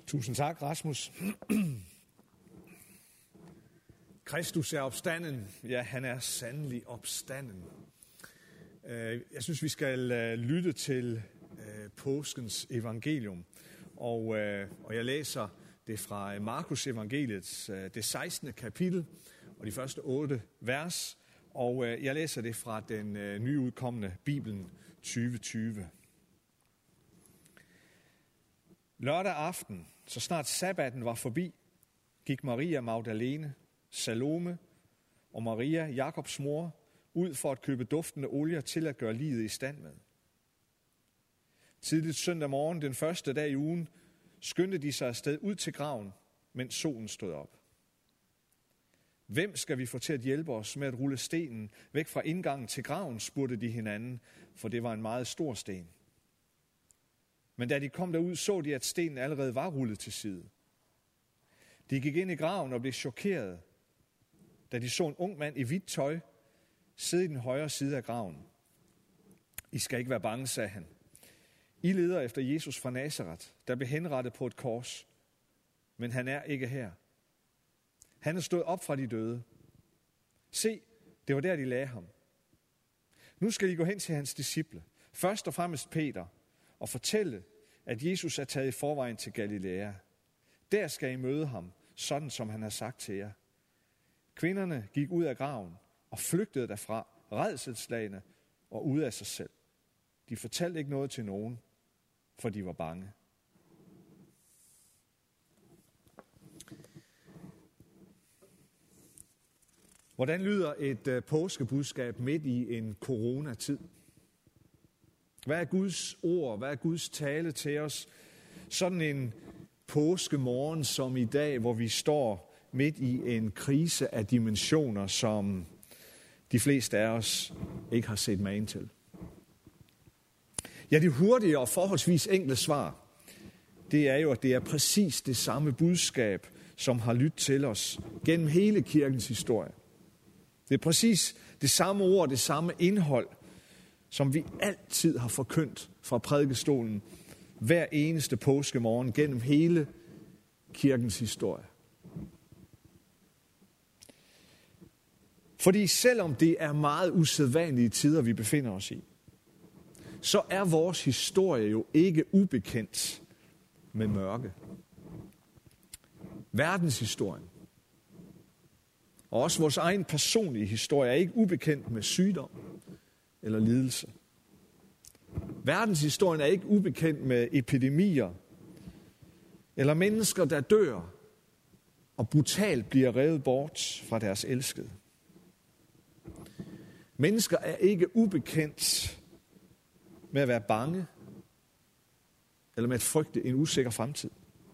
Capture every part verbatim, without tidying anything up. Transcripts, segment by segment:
Tusind tak, Rasmus. Kristus er opstanden. Ja, han er sandelig opstanden. Jeg synes, vi skal lytte til påskens evangelium. Og, og jeg læser det fra Markus evangeliets, det sekstende kapitel, og de første otte vers. Og jeg læser det fra den nyudkommende Bibelen tyve tyve. Lørdag aften, så snart sabbaten var forbi, gik Maria Magdalene, Salome og Maria, Jakobs mor, ud for at købe duftende olier til at gøre liget i stand med. Tidligt søndag morgen, den første dag i ugen, skyndte de sig afsted ud til graven, mens solen stod op. Hvem skal vi få til at hjælpe os med at rulle stenen væk fra indgangen til graven, spurgte de hinanden, for det var en meget stor sten. Men da de kom derud, så de, at stenen allerede var rullet til side. De gik ind i graven og blev chokeret, da de så en ung mand i hvidt tøj sidde i den højre side af graven. I skal ikke være bange, sagde han. I leder efter Jesus fra Nazareth, der blev henrettet på et kors. Men han er ikke her. Han er stået op fra de døde. Se, det var der, de lagde ham. Nu skal I gå hen til hans disciple, først og fremmest Peter, og fortælle, at Jesus er taget i forvejen til Galilea. Der skal I møde ham, sådan som han har sagt til jer. Kvinderne gik ud af graven og flygtede derfra, rædselsslagne og ude af sig selv. De fortalte ikke noget til nogen, for de var bange. Hvordan lyder et påskebudskab midt i en coronatid? Hvad er Guds ord? Hvad er Guds tale til os? Sådan en påskemorgen som i dag, hvor vi står midt i en krise af dimensioner, som de fleste af os ikke har set magen til. Ja, det hurtige og forholdsvis enkle svar, det er jo, at det er præcis det samme budskab, som har lyttet til os gennem hele kirkens historie. Det er præcis det samme ord, det samme indhold, som vi altid har forkyndt fra prædikestolen hver eneste påskemorgen gennem hele kirkens historie. Fordi selvom det er meget usædvanlige tider, vi befinder os i, så er vores historie jo ikke ubekendt med mørke. Verdenshistorien og også vores egen personlige historie er ikke ubekendt med sygdom eller lidelse. Verdenshistorien er ikke ubekendt med epidemier eller mennesker, der dør og brutalt bliver revet bort fra deres elskede. Mennesker er ikke ubekendt med at være bange eller med at frygte en usikker fremtid.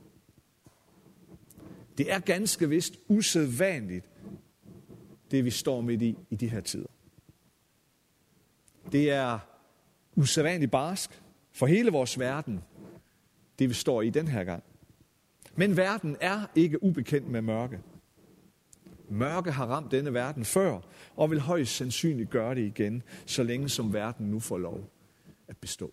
Det er ganske vist usædvanligt, det vi står midt i i de her tider. Det er usædvanligt barsk for hele vores verden, det vi står i den her gang. Men verden er ikke ubekendt med mørke. Mørke har ramt denne verden før, og vil højst sandsynligt gøre det igen, så længe som verden nu får lov at bestå.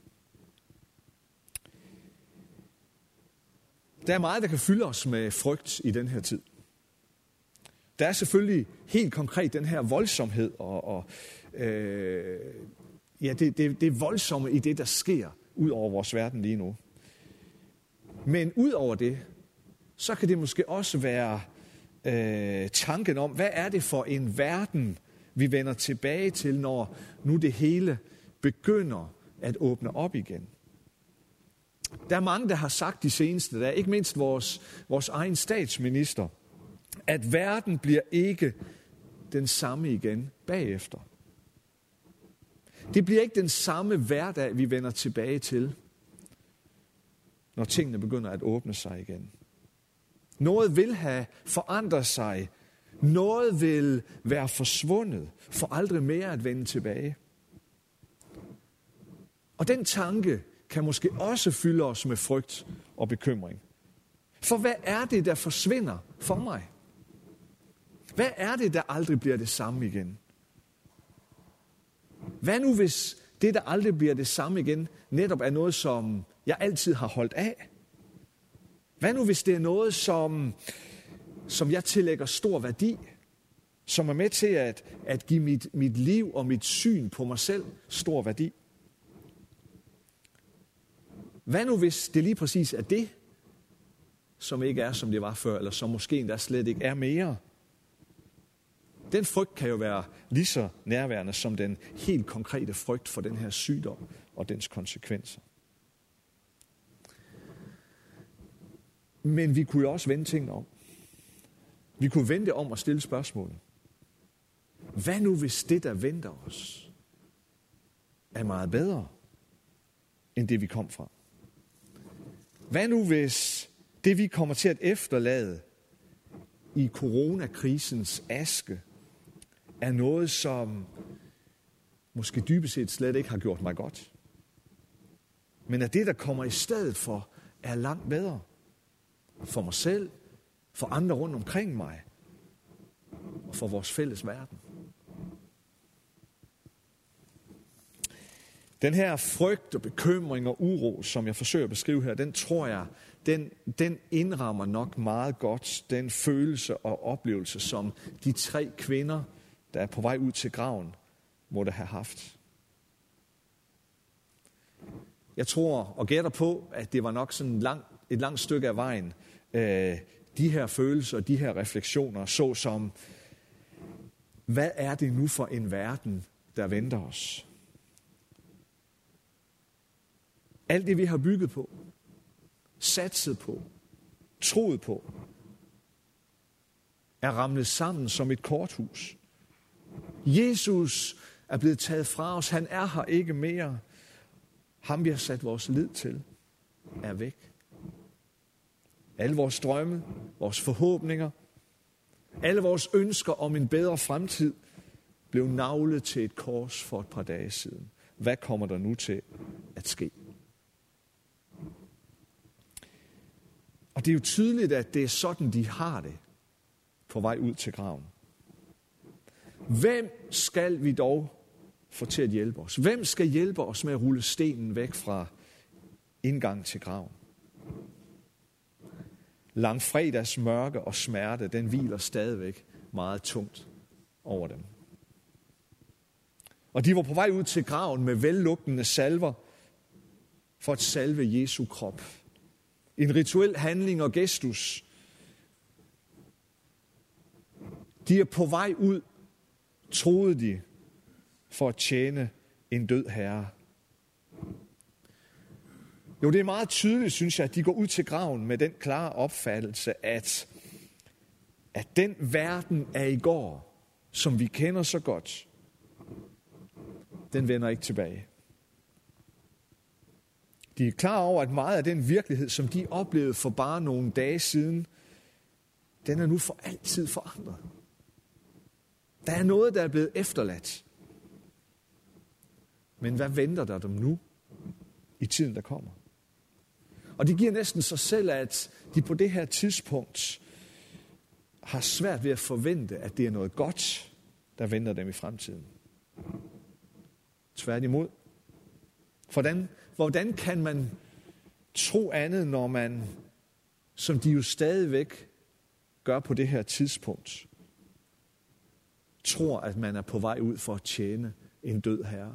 Der er meget, der kan fylde os med frygt i den her tid. Der er selvfølgelig helt konkret den her voldsomhed og, og øh, ja, det, det, det er voldsomme i det, der sker ud over vores verden lige nu. Men ud over det, så kan det måske også være øh, tanken om, hvad er det for en verden, vi vender tilbage til, når nu det hele begynder at åbne op igen. Der er mange, der har sagt de seneste dage, ikke mindst vores, vores egen statsminister, at verden bliver ikke den samme igen bagefter. Det bliver ikke den samme hverdag, vi vender tilbage til, når tingene begynder at åbne sig igen. Noget vil have forandret sig. Noget vil være forsvundet, for aldrig mere at vende tilbage. Og den tanke kan måske også fylde os med frygt og bekymring. For hvad er det, der forsvinder for mig? Hvad er det, der aldrig bliver det samme igen? Hvad nu, hvis det, der aldrig bliver det samme igen, netop er noget, som jeg altid har holdt af? Hvad nu, hvis det er noget, som, som jeg tillægger stor værdi, som er med til at, at give mit, mit liv og mit syn på mig selv stor værdi? Hvad nu, hvis det lige præcis er det, som ikke er, som det var før, eller som måske endda slet ikke er mere? Den frygt kan jo være lige så nærværende som den helt konkrete frygt for den her sygdom og dens konsekvenser. Men vi kunne jo også vende tingene om. Vi kunne vende om og stille spørgsmålet. Hvad nu, hvis det, der venter os, er meget bedre, end det, vi kom fra? Hvad nu, hvis det, vi kommer til at efterlade i coronakrisens aske, er noget, som måske dybest set slet ikke har gjort mig godt, men at det, der kommer i stedet for, er langt bedre for mig selv, for andre rundt omkring mig og for vores fælles verden? Den her frygt og bekymring og uro, som jeg forsøger at beskrive her, den tror jeg, den, den indrammer nok meget godt den følelse og oplevelse, som de tre kvinder, der er på vej ud til graven, måtte have haft. Jeg tror og gætter på, at det var nok sådan lang, et langt stykke af vejen, øh, de her følelser og de her refleksioner, såsom, hvad er det nu for en verden, der venter os? Alt det, vi har bygget på, satset på, troet på, er ramlet sammen som et korthus. Jesus er blevet taget fra os. Han er her ikke mere. Ham, vi har sat vores lid til, er væk. Alle vores drømme, vores forhåbninger, alle vores ønsker om en bedre fremtid, blev naglet til et kors for et par dage siden. Hvad kommer der nu til at ske? Og det er jo tydeligt, at det er sådan, de har det på vej ud til graven. Hvem skal vi dog få til at hjælpe os? Hvem skal hjælpe os med at rulle stenen væk fra indgang til graven? Langfredags mørke og smerte, den hviler stadigvæk meget tungt over dem. Og de var på vej ud til graven med vellugtende salver for at salve Jesu krop. En rituel handling og gestus. De er på vej ud, troede de, for at tjene en død herre. Jo, det er meget tydeligt, synes jeg, at de går ud til graven med den klare opfattelse, at, at den verden af i går, som vi kender så godt, den vender ikke tilbage. De er klar over, at meget af den virkelighed, som de oplevede for bare nogle dage siden, den er nu for altid forandret. Der er noget, der er blevet efterladt. Men hvad venter der dem nu i tiden, der kommer? Og det giver næsten sig selv, at de på det her tidspunkt har svært ved at forvente, at det er noget godt, der venter dem i fremtiden. Tværtimod. Hvordan, hvordan kan man tro andet, når man, som de jo stadigvæk gør på det her tidspunkt, tror, at man er på vej ud for at tjene en død herre?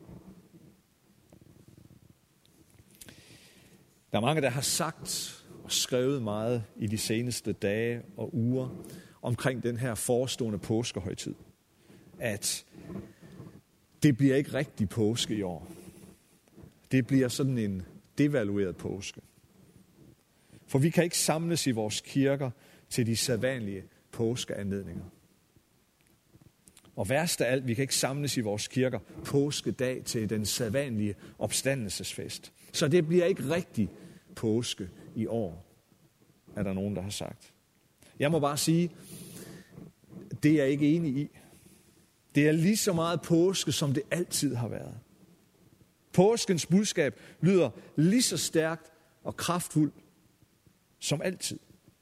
Der er mange, der har sagt og skrevet meget i de seneste dage og uger omkring den her forestående påskehøjtid, at det bliver ikke rigtig påske i år. Det bliver sådan en devalueret påske. For vi kan ikke samles i vores kirker til de sædvanlige påskeanledninger. Og værst af alt, vi kan ikke samles i vores kirker påskedag til den sædvanlige opstandelsesfest. Så det bliver ikke rigtig påske i år, er der nogen, der har sagt. Jeg må bare sige, det er jeg ikke enig i. Det er lige så meget påske, som det altid har været. Påskens budskab lyder lige så stærkt og kraftfuldt som altid.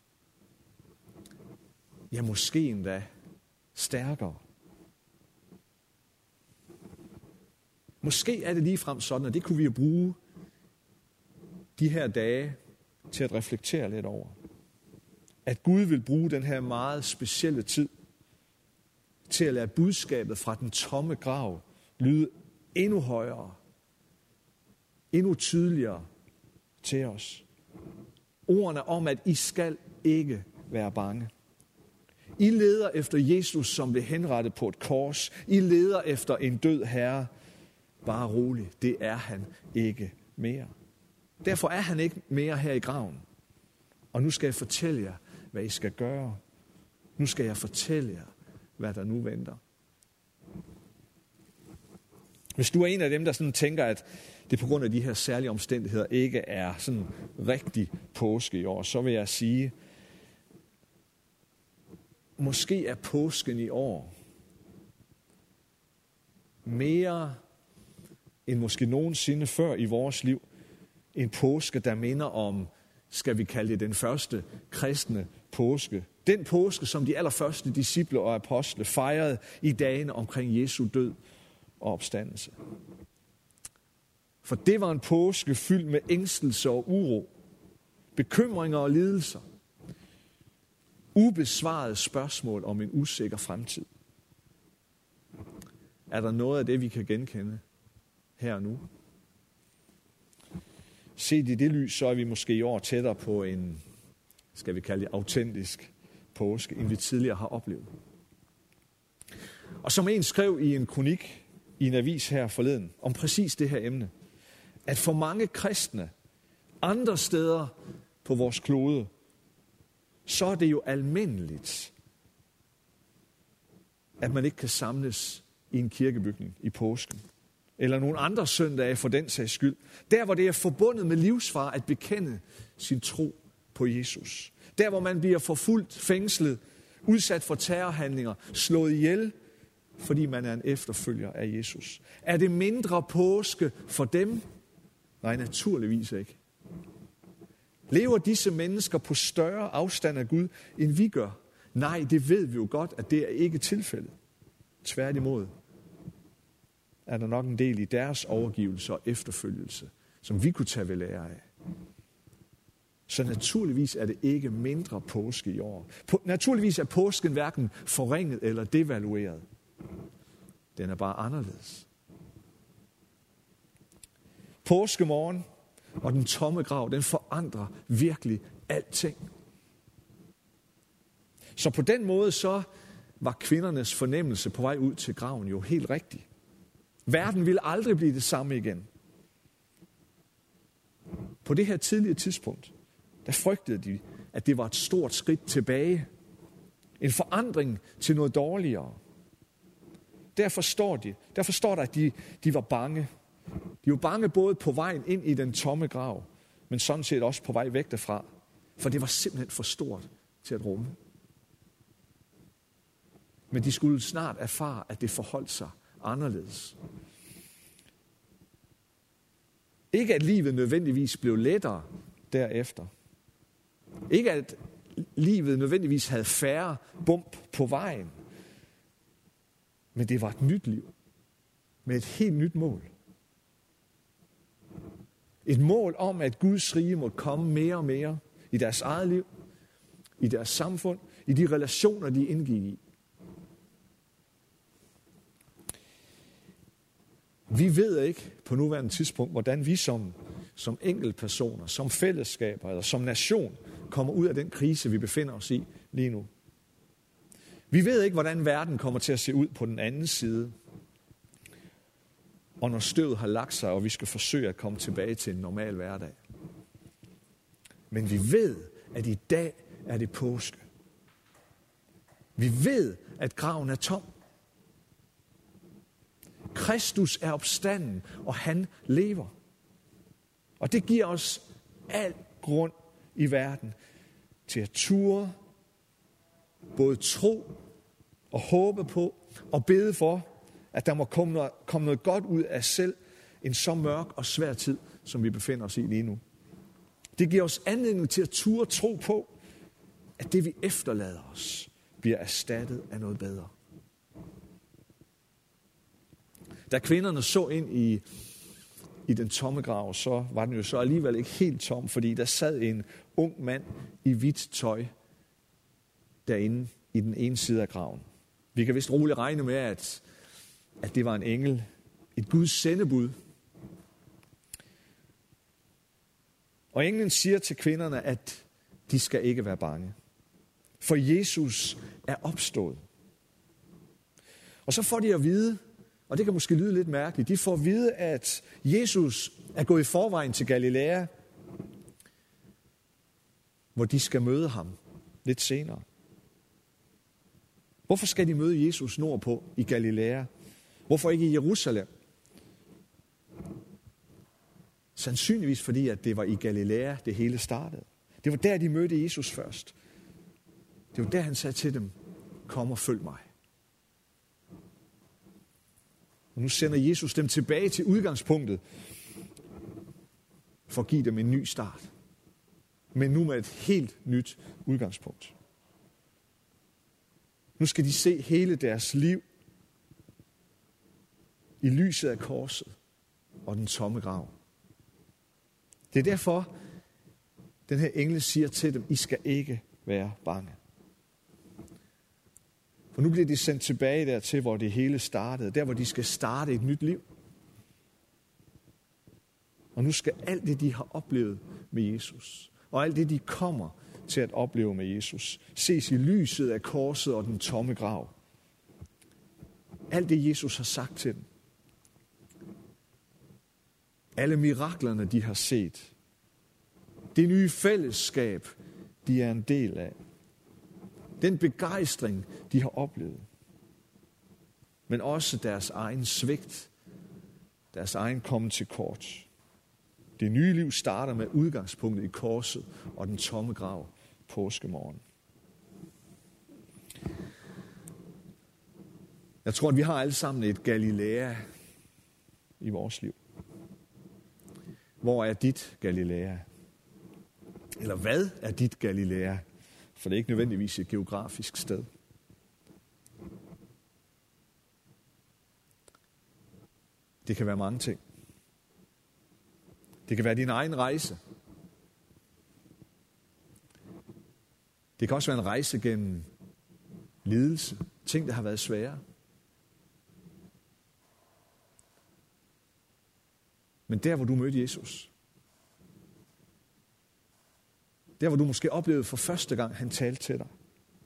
Ja, måske endda stærkere. Måske er det ligefrem sådan, og det kunne vi jo bruge de her dage til at reflektere lidt over. At Gud vil bruge den her meget specielle tid til at lade budskabet fra den tomme grav lyde endnu højere, endnu tydeligere til os. Ordene om, at I skal ikke være bange. I leder efter Jesus, som blev henrettet på et kors. I leder efter en død herre. Bare rolig, det er han ikke mere. Derfor er han ikke mere her i graven. Og nu skal jeg fortælle jer, hvad I skal gøre. Nu skal jeg fortælle jer, hvad der nu venter. Hvis du er en af dem, der sådan tænker, at det på grund af de her særlige omstændigheder ikke er sådan rigtig påske i år, så vil jeg sige, måske er påsken i år mere end måske nogensinde før i vores liv en påske, der minder om, skal vi kalde det den første kristne påske. Den påske, som de allerførste disciple og apostle fejrede i dagene omkring Jesu død og opstandelse. For det var en påske fyldt med ængstelse og uro, bekymringer og lidelser, ubesvarede spørgsmål om en usikker fremtid. Er der noget af det, vi kan genkende her og nu? Set i det lys, så er vi måske i år tættere på en, skal vi kalde det, autentisk påske, end vi tidligere har oplevet. Og som en skrev i en kronik i en avis her forleden, om præcis det her emne, at for mange kristne andre steder på vores klode, så er det jo almindeligt, at man ikke kan samles i en kirkebygning i påsken. Eller nogle andre søndage for den sags skyld. Der, hvor det er forbundet med livsfare at bekende sin tro på Jesus. Der, hvor man bliver forfulgt, fængslet, udsat for terrorhandlinger, slået ihjel, fordi man er en efterfølger af Jesus. Er det mindre påske for dem? Nej, naturligvis ikke. Lever disse mennesker på større afstand af Gud, end vi gør? Nej, det ved vi jo godt, at det er ikke tilfældet. Tværtimod er der nok en del i deres overgivelse og efterfølgelse, som vi kunne tage ved lære af. Så naturligvis er det ikke mindre påske i år. På, naturligvis er påsken hverken forringet eller devalueret. Den er bare anderledes. Påskemorgen og den tomme grav, den forandrer virkelig alting. Så på den måde så var kvindernes fornemmelse på vej ud til graven jo helt rigtig. Verden ville aldrig blive det samme igen. På det her tidlige tidspunkt, der frygtede de, at det var et stort skridt tilbage. En forandring til noget dårligere. Derfor står, de, derfor står der, at de, de var bange. De var bange både på vejen ind i den tomme grav, men sådan set også på vej væk derfra. For det var simpelthen for stort til at rumme. Men de skulle snart erfare, at det forholdt sig anderledes. Ikke at livet nødvendigvis blev lettere derefter. Ikke at livet nødvendigvis havde færre bump på vejen. Men det var et nyt liv. Med et helt nyt mål. Et mål om, at Guds rige måtte komme mere og mere i deres eget liv, i deres samfund, i de relationer, de indgik i. Vi ved ikke på nuværende tidspunkt, hvordan vi som, som enkeltpersoner, som fællesskaber eller som nation kommer ud af den krise, vi befinder os i lige nu. Vi ved ikke, hvordan verden kommer til at se ud på den anden side. Og når støvet har lagt sig, og vi skal forsøge at komme tilbage til en normal hverdag. Men vi ved, at i dag er det påske. Vi ved, at graven er tom. Kristus er opstanden, og han lever. Og det giver os al grund i verden til at ture, både tro og håbe på og bede for, at der må komme noget, komme noget godt ud af selv en så mørk og svær tid, som vi befinder os i lige nu. Det giver os anledning til at ture tro på, at det vi efterlader os, bliver erstattet af noget bedre. Da kvinderne så ind i, i den tomme grav, så var den jo så alligevel ikke helt tom, fordi der sad en ung mand i hvidt tøj derinde i den ene side af graven. Vi kan vist roligt regne med, at, at det var en engel, et Guds sendebud. Og englen siger til kvinderne, at de skal ikke være bange, for Jesus er opstået. Og så får de at vide, og det kan måske lyde lidt mærkeligt, de får at vide, at Jesus er gået i forvejen til Galilea, hvor de skal møde ham lidt senere. Hvorfor skal de møde Jesus nordpå i Galilea? Hvorfor ikke i Jerusalem? Sandsynligvis fordi, at det var i Galilea, det hele startede. Det var der, de mødte Jesus først. Det var der, han sagde til dem, kom og følg mig. Og nu sender Jesus dem tilbage til udgangspunktet, for at give dem en ny start. Men nu med et helt nyt udgangspunkt. Nu skal de se hele deres liv i lyset af korset og den tomme grav. Det er derfor, den her engel siger til dem, I skal ikke være bange. For nu bliver de sendt tilbage dertil, hvor det hele startede. Der, hvor de skal starte et nyt liv. Og nu skal alt det, de har oplevet med Jesus, og alt det, de kommer til at opleve med Jesus, ses i lyset af korset og den tomme grav. Alt det, Jesus har sagt til dem. Alle miraklerne, de har set. Det nye fællesskab, de er en del af. Den begejstring, de har oplevet. Men også deres egen svigt. Deres egen komme til kort. Det nye liv starter med udgangspunktet i korset og den tomme grav påskemorgen. Jeg tror, at vi har alle sammen et Galilea i vores liv. Hvor er dit Galilea? Eller hvad er dit Galilea? For det er ikke nødvendigvis et geografisk sted. Det kan være mange ting. Det kan være din egen rejse. Det kan også være en rejse gennem lidelse. Ting, der har været svære. Men der, hvor du mødte Jesus. Der, hvor du måske oplevede for første gang, han talte til dig.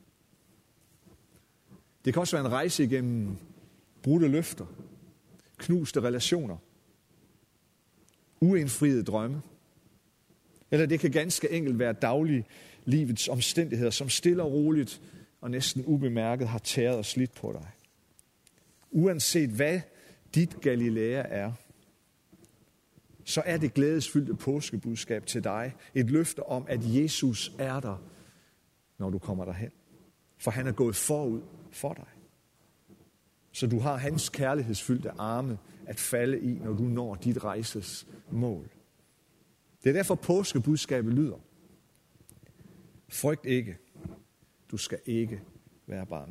Det kan også være en rejse igennem brudte løfter, knuste relationer, uindfriede drømme. Eller det kan ganske enkelt være daglige livets omstændigheder, som stille og roligt og næsten ubemærket har tæret og slidt på dig. Uanset hvad dit Galilea er, så er det glædesfyldte påskebudskab til dig et løfte om, at Jesus er der, når du kommer derhen. For han er gået forud for dig. Så du har hans kærlighedsfyldte arme at falde i, når du når dit rejses mål. Det er derfor påskebudskabet lyder. Frygt ikke. Du skal ikke være bange.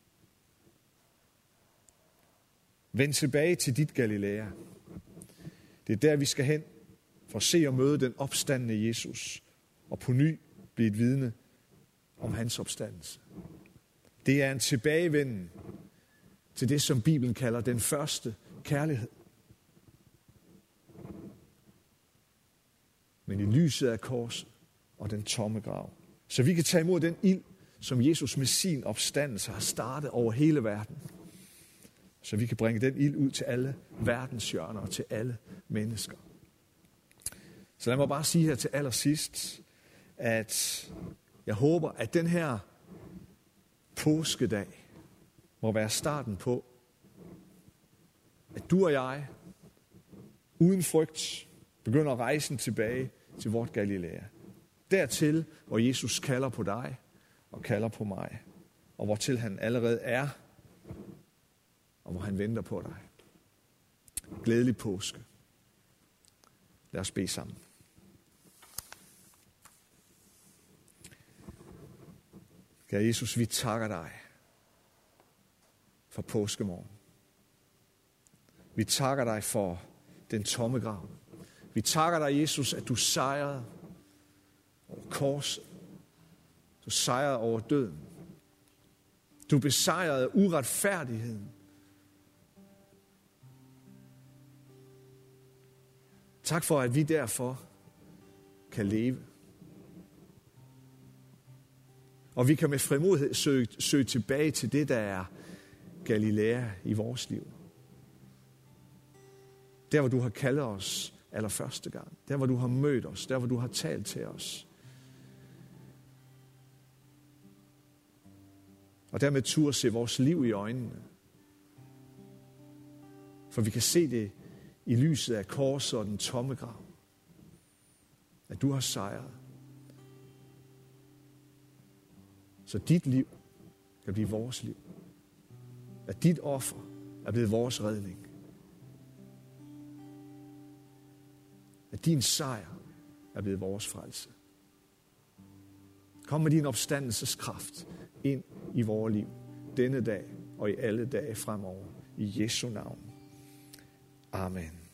Vend tilbage til dit Galilea. Det er der, vi skal hen for at se og møde den opstandne Jesus og på ny blive et vidne om hans opstandelse. Det er en tilbagevenden til det, som Bibelen kalder den første kærlighed. Men i lyset af korset og den tomme grav. Så vi kan tage imod den ild, som Jesus med sin opstandelse har startet over hele verden. Så vi kan bringe den ild ud til alle verdens hjørner og til alle mennesker. Så lad mig bare sige her til allersidst, at jeg håber, at den her påskedag må være starten på, at du og jeg, uden frygt, begynder rejsen tilbage til vort Galilea. Dertil, hvor Jesus kalder på dig og kalder på mig, og hvortil han allerede er, og hvor han venter på dig. Glædelig påske. Lad os bede sammen. Kære Jesus, vi takker dig for påskemorgen. Vi takker dig for den tomme grav. Vi takker dig, Jesus, at du sejrede over korset. Du sejrede over døden. Du besejrede uretfærdigheden. Tak for, at vi derfor kan leve. Og vi kan med frimodighed søge, søge tilbage til det, der er Galilea i vores liv. Der, hvor du har kaldet os allerførste gang. Der, hvor du har mødt os. Der, hvor du har talt til os. Og dermed turde se vores liv i øjnene. For vi kan se det i lyset af korset og den tomme grav. At du har sejret. Så dit liv kan blive vores liv. At dit offer er blevet vores redning. At din sejr er blevet vores frelse. Kom med din opstandelseskraft ind i vores liv. Denne dag og i alle dage fremover. I Jesu navn. Amen.